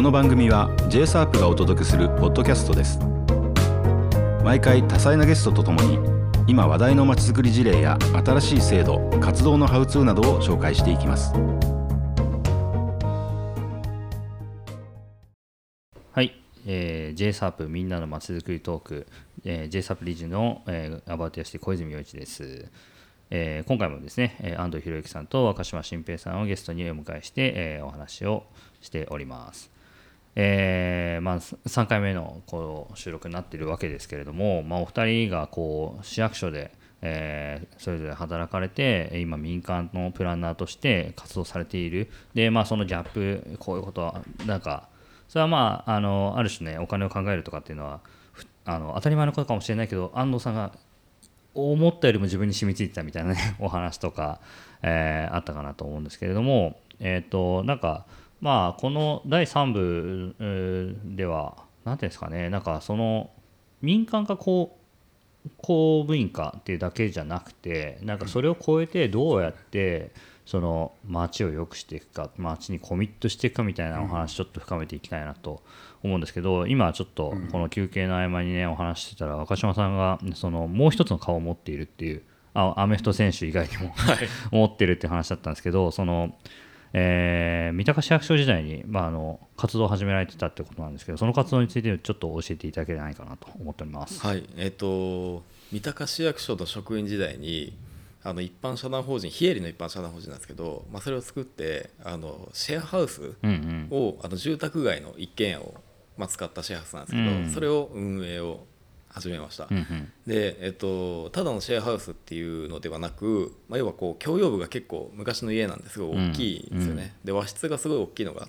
この番組は JSARP がお届けするポッドキャストです。毎回多彩なゲストとともに今話題のまちづくり事例や新しい制度、活動のハウツーなどを紹介していきます。 はい、JSARP みんなのまちづくりトーク、JSARP 理事の、アバウトやし小泉洋一です。今回もですね、安藤博之さんと若島新平さんをゲストにお迎えして、お話をしております。3回目の収録になっているわけですけれども、お二人が市役所で、それぞれ働かれて今民間のプランナーとして活動されている。で、そのギャップ、こういうことはなんかそれはある種ね、お金を考えるとかっていうのは当たり前のことかもしれないけど、安藤さんが思ったよりも自分に染みついてたみたいなねお話とか、あったかなと思うんですけれども、なんかこの第3部では何ていうんですかね、なんかその民間が公務員化っていうだけじゃなくて、なんかそれを超えてどうやってその街を良くしていくか、街にコミットしていくかみたいなお話ちょっと深めていきたいなと思うんですけど、今ちょっとこの休憩の合間にねお話してたら、若島さんがそのもう一つの顔を持っているっていう、アメフト選手以外にも持ってるって話だったんですけど、その三鷹市役所時代に、活動を始められてたってことなんですけど、その活動についてちょっと教えていただけないかなと思っております。 はい、三鷹市役所の職員時代に一般社団法人非営利の一般社団法人なんですけど、それを作ってシェアハウスを、住宅街の一軒家を、使ったシェアハウスなんですけど、それを運営を始めました。で、ただのシェアハウスっていうのではなく、要は共用部が結構昔の家なんですごい大きいんですよね。で、和室がすごい大きいのがあって、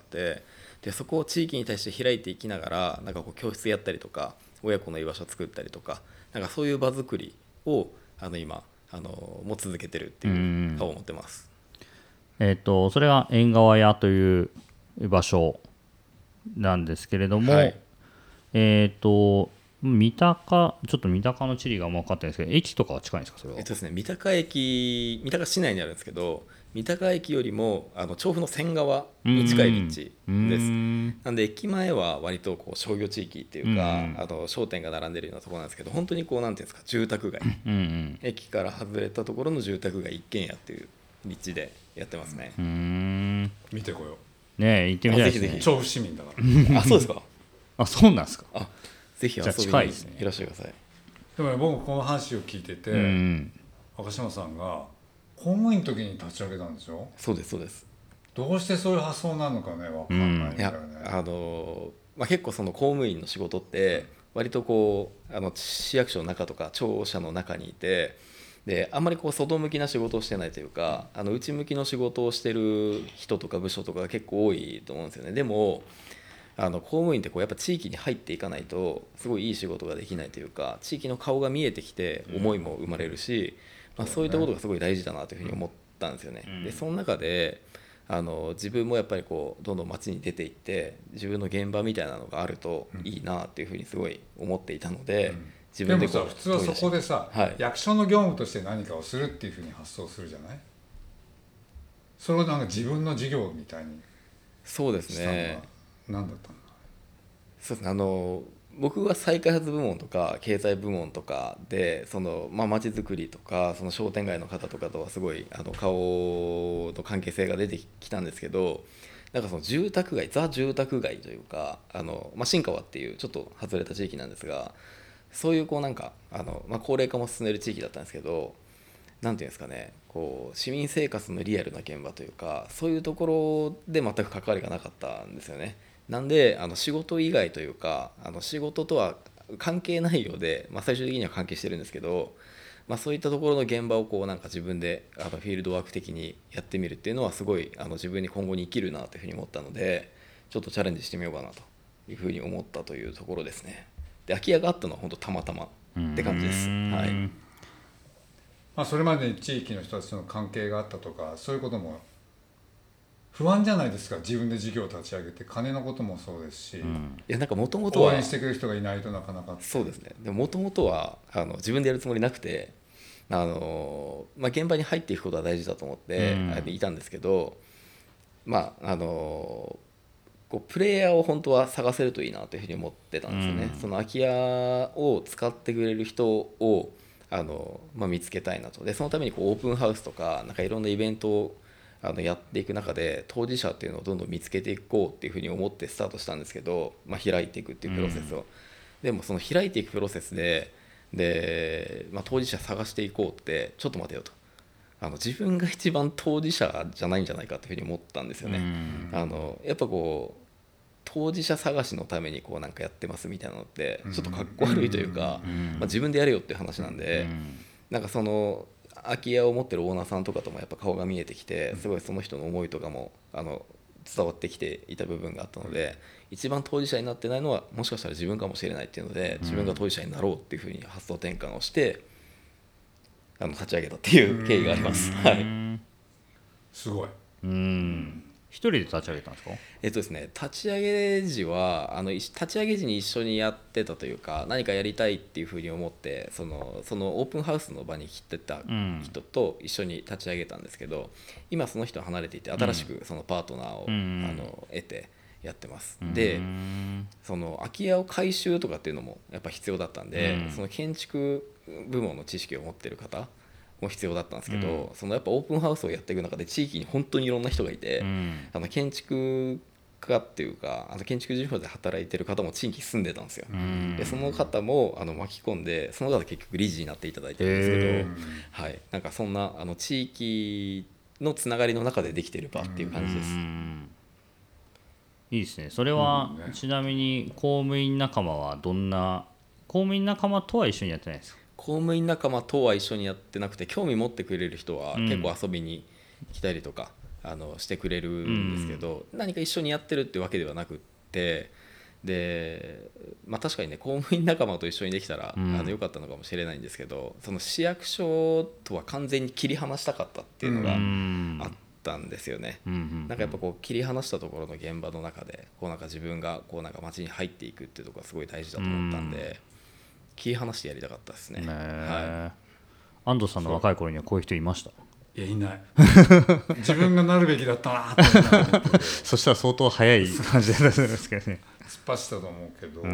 でそこを地域に対して開いていきながら、なんか教室やったりとか親子の居場所を作ったりとか、なんかそういう場作りを今も続けてるっていう顔を持ってます。 それが縁側屋という場所なんですけれども、はい、三鷹の地理が分かってるんですけど、駅とかは近いんですか？それはですね、三鷹市内にあるんですけど、三鷹駅よりも調布の仙川に近い立地です。なんで駅前は割と商業地域っていうか、商店が並んでるようなところなんですけど、本当になんていうんですか、住宅街、駅から外れたところの住宅街一軒家っていう立地でやってますね。 見てこようね、行ってみたいですね。 ぜひ調布市民だからそうですか。 そうなんですか。 ぜひ遊びにいらっしゃいください。 でもね、僕この話を聞いてて、若島さんが公務員の時に立ち上げたんでしょ？ そうですそうです。 どうしてそういう発想なのかね、分かんないんだよね。 結構その公務員の仕事って割と市役所の中とか庁舎の中にいて、であんまり外向きな仕事をしてないというか、内向きの仕事をしてる人とか部署とかが結構多いと思うんですよね。でも公務員ってやっぱ地域に入っていかないとすごいいい仕事ができないというか、地域の顔が見えてきて思いも生まれるし、そういったことがすごい大事だなというふうに思ったんですよね。でその中で自分もやっぱりどんどん街に出ていって自分の現場みたいなのがあるといいなっていうふうにすごい思っていたので、自分ででもさ、普通はそこでさ、役所の業務として何かをするっていうふうに発想するじゃない？それをなんか自分の事業みたいにそうですね。 何だったんだ？ そうですね、僕は再開発部門とか経済部門とかで街づくりとかその商店街の方とかとはすごい顔の関係性が出てきたんですけど、なんかその住宅街、ザ住宅街というか新川っていうちょっと外れた地域なんですが、そういうなんか高齢化も進んでる地域だったんですけど、なんていうんですかね、市民生活のリアルな現場というか、そういうところで全く関わりがなかったんですよね。なんで仕事以外というか仕事とは関係ないようで、最終的には関係してるんですけど、そういったところの現場をなんか自分でフィールドワーク的にやってみるっていうのはすごい自分に今後に生きるなというふうに思ったので、ちょっとチャレンジしてみようかなというふうに思ったというところですね。で空き家があったのは本当たまたまって感じです。はい。 それまでに地域の人たちとの関係があったとか、そういうことも不安じゃないですか。自分で事業を立ち上げて、金のこともそうですし、 いやなんか元々は応援してくれる人がいないとなかなか。 そうですね。でも元々は自分でやるつもりなくて、現場に入っていくことは大事だと思って、いたんですけど、 こうプレイヤーを本当は探せるといいなというふうに思ってたんですよね、その空き家を使ってくれる人を見つけたいなと。でそのためにこうオープンハウスとかなんかいろんなイベントをやっていく中で当事者っていうのをどんどん見つけていこうっていうふうに思ってスタートしたんですけど、開いていくっていうプロセスを、でもその開いていくプロセスで当事者探していこうってちょっと待てよと、自分が一番当事者じゃないんじゃないかというふうに思ったんですよね。やっぱこう当事者探しのためにこうなんかやってますみたいなのってちょっとかっこ悪いというか、自分でやれよっていう話なんで、なんかその空き家を持ってるオーナーさんとかともやっぱ顔が見えてきて、すごいその人の思いとかも伝わってきていた部分があったので、一番当事者になってないのはもしかしたら自分かもしれないっていうので、自分が当事者になろうっていうふうに発想転換をして立ち上げたっていう経緯があります。はい、 すごい。 一人で立ち上げたんですか？ ですね、立ち上げ時は立ち上げ時に一緒にやってたというか、何かやりたいっていうふうに思ってそのオープンハウスの場に来てた人と一緒に立ち上げたんですけど、今その人は離れていて新しくそのパートナーを得てやってます。でその空き家を改修とかっていうのもやっぱ必要だったんで、その建築部門の知識を持ってる方も必要だったんですけど、そのやっぱオープンハウスをやっていく中で地域に本当にいろんな人がいて、建築家っていうか建築事務所で働いてる方も地域に住んでたんですよ。でその方も巻き込んで、その方結局理事になっていただいてるんですけど、はい、なんかそんな地域のつながりの中でできてる場っていう感じです。 いいですね。それは、ちなみに公務員仲間はどんな、公務員仲間とは一緒にやってないですか？ 公務員仲間とは一緒にやってなくて、興味持ってくれる人は結構遊びに来たりとか、してくれるんですけど、何か一緒にやってるってわけではなくって、で、確かにね公務員仲間と一緒にできたら良かったのかもしれないんですけど、その市役所とは完全に切り離したかったっていうのがあったんですよね。なんかやっぱこう切り離したところの現場の中でこうなんか自分がこうなんか街に入っていくっていうところがすごい大事だと思ったんで、切り離してやりたかったですね。 安藤さんの若い頃にはこういう人いました？ いやいない自分がなるべきだったなって思ってそしたら相当早い感じだったんですけどね。 突っ走ったと思うけど、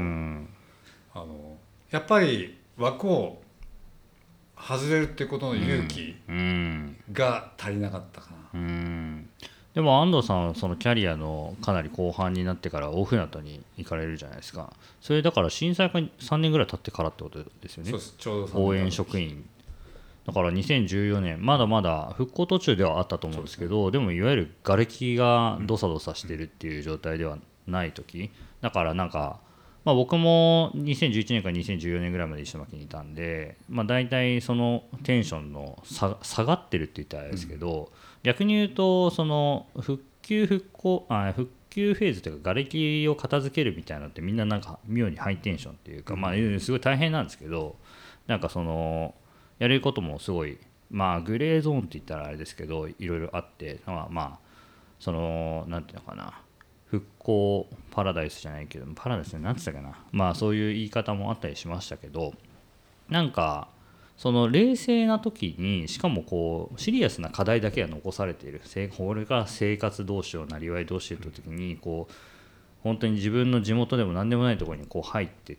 やっぱり枠を外れるっていうことの勇気が足りなかったかな。 でも安藤さんはそのキャリアのかなり後半になってから大船渡に行かれるじゃないですか。それだから震災から3年ぐらい経ってからってことですよね。 そうです、ちょうど応援職員だから2014年まだまだ復興途中ではあったと思うんですけど、でもいわゆる瓦礫がドサドサしてるっていう状態ではない時だから、なんか僕も2011年から2014年ぐらいまで石巻にいたんで、大体そのテンションの下がってるって言ったらあれですけど、逆に言うとその復旧フェーズというか瓦礫を片付けるみたいなのってみんななんか妙にハイテンションっていうか、すごい大変なんですけど、なんかそのやれることもすごいグレーゾーンって言ったらあれですけどいろいろあって、そのなんていうのかな、復興パラダイスじゃないけどパラダイスなんて言ったかな、そういう言い方もあったりしましたけど、なんかその冷静な時にしかもこうシリアスな課題だけが残されている、これが生活どうしようなりわいどうしようという時にこう本当に自分の地元でも何でもないところにこう入っていって、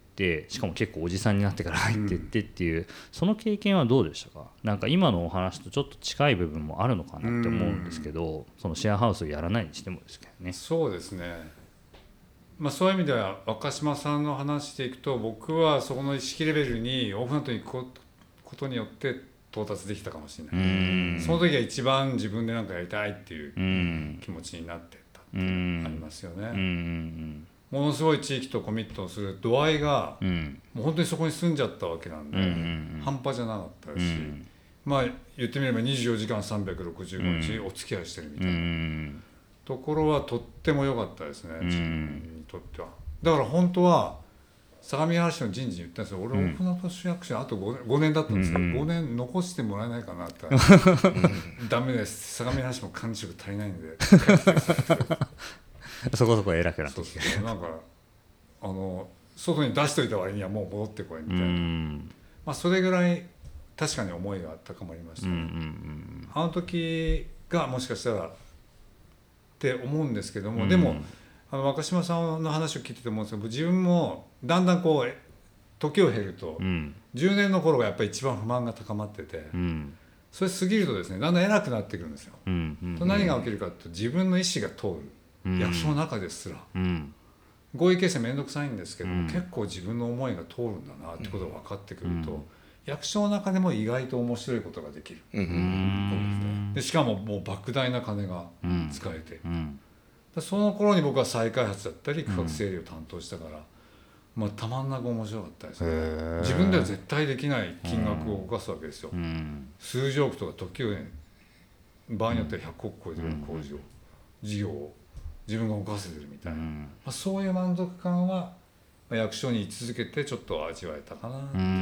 しかも結構おじさんになってから入っていってっていう、その経験はどうでしたか？なんか今のお話とちょっと近い部分もあるのかなって思うんですけど、そのシェアハウスをやらないにしてもですけどね。 そうですね、そういう意味では若島さんの話でいくと、僕はそこの意識レベルにオープンハウスに行くことによって到達できたかもしれない。その時が一番自分で何かやりたいっていう気持ちになってありますよね。ものすごい地域とコミットする度合いが、もう本当にそこに住んじゃったわけなんで、半端じゃなかったし、言ってみれば24時間365日お付き合いしてるみたいなところはとっても良かったですね、自分にとっては。だから本当は相模原市の人事に言ったんですよ。俺大船渡市役所あと5年だったんですけど、5年残してもらえないかなってダメです、相模原市も管理職足りないんでそこそこ偉くなってきて、 なんか外に出しといた割にはもう戻ってこいみたいな、それぐらい確かに思いが高まりましたね。あの時がもしかしたらって思うんですけども、でも若島さんの話を聞いてて思うんですけど、自分もだんだんこう時を経ると、10年の頃がやっぱり一番不満が高まってて、それ過ぎるとですね、だんだん偉くなってくるんですよ。と何が起きるかというと、自分の意思が通る、役所の中ですら、合意形成めんどくさいんですけども、結構自分の思いが通るんだなってことが分かってくると、役所の中でも意外と面白いことができる、でしかももう莫大な金が使えて、その頃に僕は再開発だったり区画整理を担当したから、たまんなく面白かったですね。自分では絶対できない金額を動かすわけですよ。数十億とか時をね、場合によっては100億超えてるような工事を、事業を自分が動かせてるみたいな、そういう満足感は役所に居続けてちょっと味わえたかなっていう。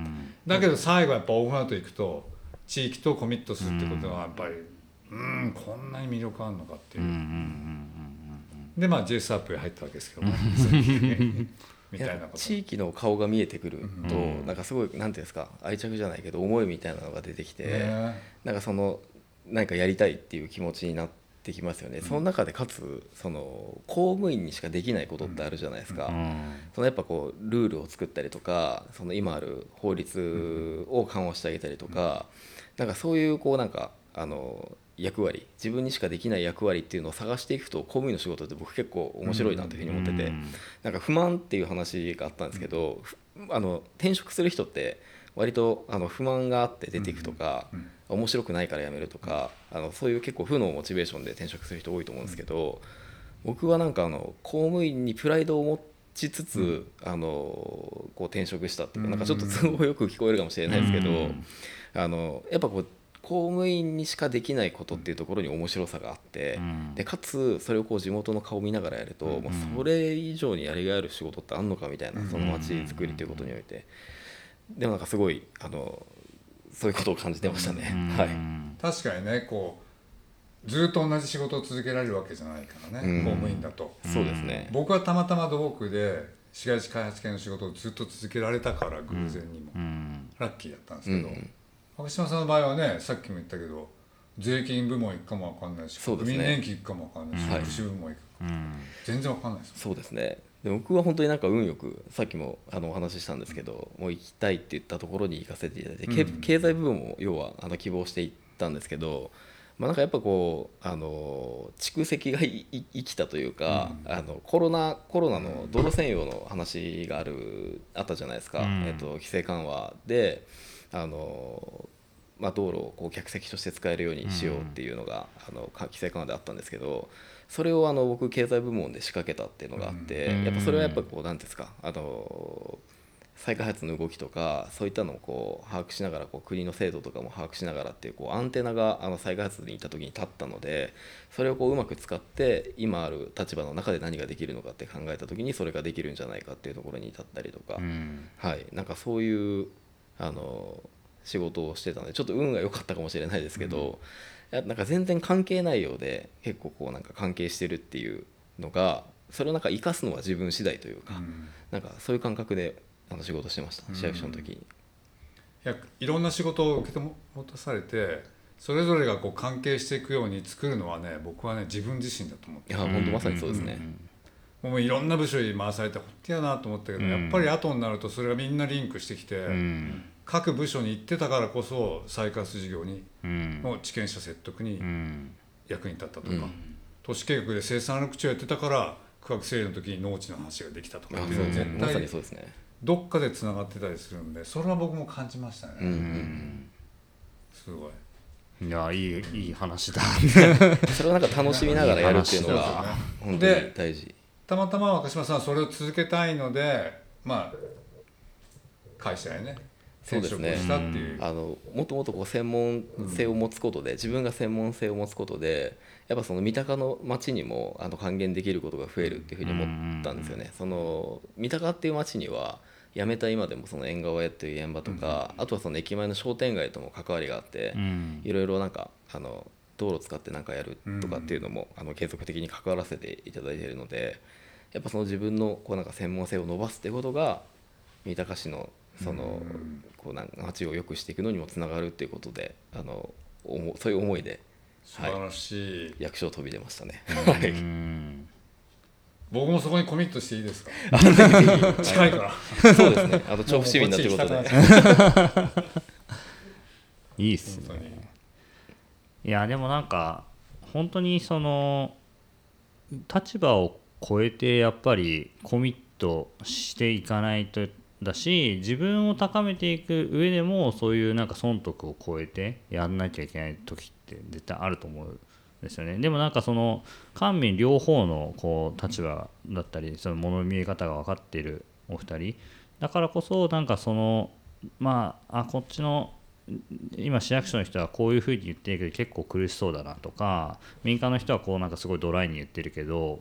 だけど最後やっぱオフアート行くと地域とコミットするってことはやっぱりこんなに魅力あるのかっていう。でJSAP へ入ったわけですけどねみたいなこと。 地域の顔が見えてくると、なんかすごいなんていうんですか、愛着じゃないけど思いみたいなのが出てきて、なんかその何かやりたいっていう気持ちになってきますよね。その中でかつその公務員にしかできないことってあるじゃないですか。そのやっぱこうルールを作ったりとか、その今ある法律を緩和してあげたりとか、なんかそういうこうなんか役割、自分にしかできない役割っていうのを探していくと、公務員の仕事って僕結構面白いなというふうに思ってて、なんか不満っていう話があったんですけど、転職する人って割と不満があって出ていくとか、面白くないから辞めるとか、そういう結構負のモチベーションで転職する人多いと思うんですけど、僕はなんか公務員にプライドを持ちつつ、こう転職したっていうか、なんかちょっと都合よく聞こえるかもしれないですけど、やっぱこう公務員にしかできないことっていうところに面白さがあって、でかつそれをこう地元の顔見ながらやると、もうそれ以上にやりがいある仕事ってあんのかみたいな、その街づくりということにおいて、でもなんかすごいそういうことを感じてましたね。はい、 確かにね、こうずっと同じ仕事を続けられるわけじゃないからね、公務員だと。 そうですね。 僕はたまたま土木で市街地開発系の仕事をずっと続けられたから偶然にも、ラッキーだったんですけど、若島さんの場合はね、さっきも言ったけど税金部門行くかも分かんないし、国民年金行くかも分かんないし、福祉部門行くかも、全然分かんないです。 そうですね。で僕は本当になんか運よく、さっきもお話ししたんですけど、もう行きたいって言ったところに行かせていただいて、経済部分も要は希望していったんですけど、なんかやっぱこう蓄積が生きたというか、コロナの道路占用の話があったじゃないですか。規制緩和で道路をこう客席として使えるようにしようっていうのが規制緩和であったんですけど、それを僕経済部門で仕掛けたっていうのがあって、やっぱそれはやっぱこう何ですか、再開発の動きとかそういったのをこう把握しながら、こう国の制度とかも把握しながらっていうアンテナが再開発に行った時に立ったので、それをこううまく使って今ある立場の中で何ができるのかって考えた時にそれができるんじゃないかっていうところに至ったりとか、はい、なんかそういう仕事をしてたので、ちょっと運が良かったかもしれないですけど、なんか全然関係ないようで結構こうなんか関係してるっていうのが、それをなんか生かすのは自分次第というか、なんかそういう感覚で仕事してました、市役所の時に。 いろんな仕事を受け持たされて、それぞれがこう関係していくように作るのはね、僕はね自分自身だと思って。 いや本当まさにそうですね。 もういろんな部署に回されて本当やなと思ったけど、やっぱり後になるとそれがみんなリンクしてきて、各部署に行ってたからこそ再開発事業にの地権者説得に役に立ったとか、都市計画で生産緑地をやってたから区画整理の時に農地の話ができたとかっていうのは絶対まさにそうですね。 どっかでつながってたりするんで、それは僕も感じましたね。すごい。 いやいい話だそれをなんか楽しみながらやるっていうのが本当に大事。 たまたま若島さんはそれを続けたいので、会社へね転職をしたっていう。 もっともっとこう専門性を持つことで、自分が専門性を持つことで、やっぱその三鷹の町にも還元できることが増えるっていうふうに思ったんですよね。その三鷹っていう町には辞めた今でもその縁側屋っていう現場とか、あとはその駅前の商店街とも関わりがあって、いろいろなんか道路を使って何かやるとかっていうのも継続的に関わらせていただいているので、やっぱその自分のこうなんか専門性を伸ばすっていうことが三鷹市のこうなんか街を良くしていくのにもつながるっていうことで、そういう思いで素晴らしい、 役所を飛び出ましたね。 僕もそこにコミットしていいですか？ ぜひぜひ近いからそうですね。調布市民だということで。 いいっす本当にね。いやでもなんか本当にその立場を超えてやっぱりコミットしていかないとだし、自分を高めていく上でもそういうなんか損得を超えてやんなきゃいけない時って絶対あると思うんですよね。でもなんかその官民両方のこう立場だったりその物の見え方が分かっているお二人だからこそなんかそのまあこっちの今市役所の人はこういうふうに言ってるけど結構苦しそうだなとか、民間の人はこうなんかすごいドライに言ってるけど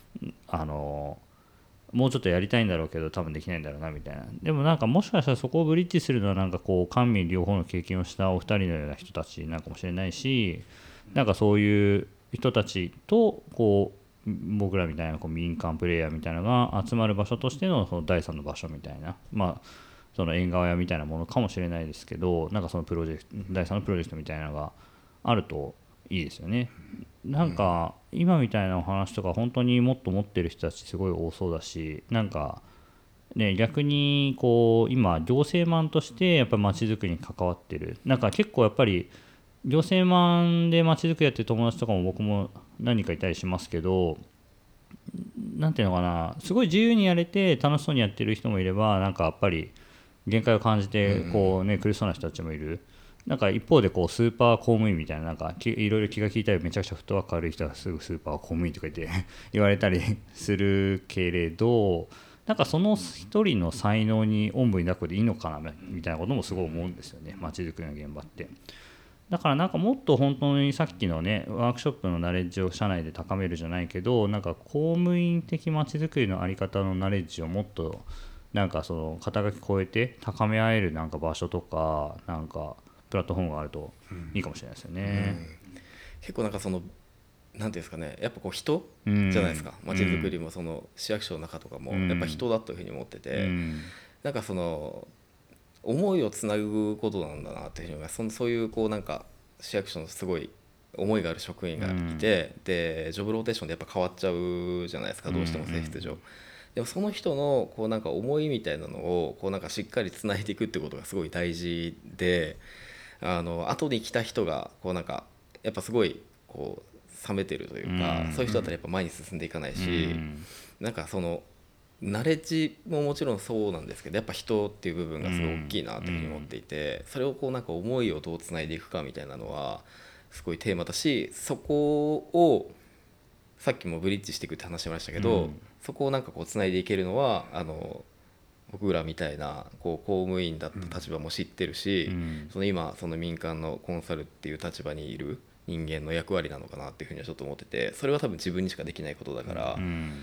もうちょっとやりたいんだろうけど多分できないんだろうなみたいな。でもなんかもしかしたらそこをブリッジするのはなんかこう官民両方の経験をしたお二人のような人たちなのかもしれないし、なんかそういう人たちとこう僕らみたいなこう民間プレイヤーみたいなのが集まる場所としてのその第三の場所みたいな、まあその縁側屋みたいなものかもしれないですけど、なんかそのプロジェクト第三のプロジェクトみたいなのがあるといいですよね。なんか今みたいなお話とか本当にもっと持ってる人たちすごい多そうだし、なんかね逆にこう今行政マンとしてやっぱり街づくりに関わってる、なんか結構やっぱり行政マンで街づくりやってる友達とかも僕も何人かいたりしますけど、なんていうのかな、すごい自由にやれて楽しそうにやってる人もいれば、なんかやっぱり限界を感じてこうね苦しそうな人たちもいる。なんか一方でこうスーパー公務員みたいな、なんかいろいろ気が利いたりめちゃくちゃフットワーク軽い人はすぐスーパー公務員とか言って言われたりするけれど、なんかその一人の才能におんぶに抱っこでいいのかなみたいなこともすごい思うんですよね、街づくりの現場って。だからなんかもっと本当にさっきのねワークショップのナレッジを社内で高めるじゃないけど、なんか公務員的街づくりの在り方のナレッジをもっとなんかその肩書き超えて高め合えるなんか場所とかなんかプラットフォームがあるといいかもしれないですよね。 結構なんかそのなんていうんですかね、やっぱこう人じゃないですか。街づくりもその市役所の中とかもやっぱ人だというふうに思ってて、なんかその思いをつなぐことなんだなっていうふうに思います。そういうこうなんか市役所のすごい思いがある職員がいて、でジョブローテーションでやっぱ変わっちゃうじゃないですか、どうしても性質上。でもその人のこうなんか思いみたいなのをこうなんかしっかりつないでいくってことがすごい大事で、後に来た人がこうなんかやっぱすごいこう冷めてるというか、そういう人だったらやっぱ前に進んでいかないし、なんかそのナレッジももちろんそうなんですけど、やっぱ人っていう部分がすごい大きいなというふうに思っていて、それをこうなんか思いをどうつないでいくかみたいなのはすごいテーマだし、そこをさっきもブリッジしていくって話しましたけど、そこをなんかこうつないでいけるのは僕らみたいなこう公務員だった立場も知ってるし、その今その民間のコンサルっていう立場にいる人間の役割なのかなっていうふうにはちょっと思ってて、それは多分自分にしかできないことだから、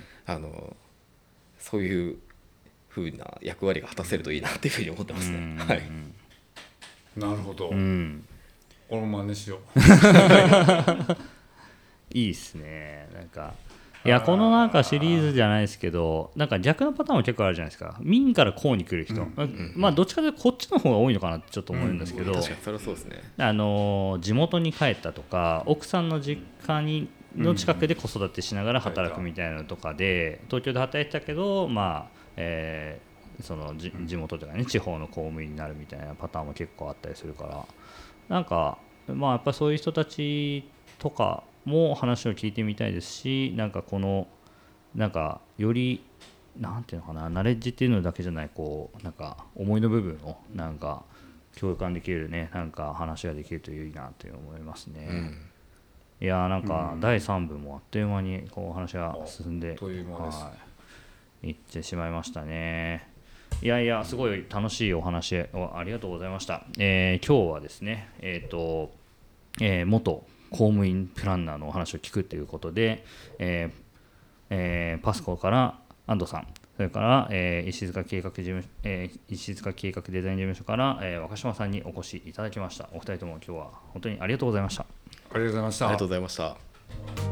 そういう風な役割が果たせるといいなっていうふうに思ってますね。はい。 なるほど。俺も真似しよう。 いいっすね。なんかいやこのなんかシリーズじゃないですけど、なんか逆のパターンも結構あるじゃないですか。民から公に来る人、まあどっちかというとこっちの方が多いのかなってちょっと思うんですけど、 確かにそれはそうですね。 地元に帰ったとか奥さんの実家の近くで子育てしながら働くみたいなのとかで、東京で働いてたけどまあ、その地元とかね地方の公務員になるみたいなパターンも結構あったりするから、なんかまあやっぱそういう人たちとかも話を聞いてみたいですし、なんかこのなんかよりなんていうのかな、ナレッジっていうのだけじゃないこうなんか思いの部分をなんか共感できるね、なんか話ができるといいなと思いますね。いやなんか第3部もあっという間にこう話が進んでいってしまいましたね。いやいやすごい楽しいお話をありがとうございました。今日はですね元公務員プランナーのお話を聞くということで、パスコから安藤さん、それから、石塚計画デザイン事務所から、若島さんにお越しいただきました。お二人とも今日は本当にありがとうございました。 ありがとうございました。 ありがとうございました。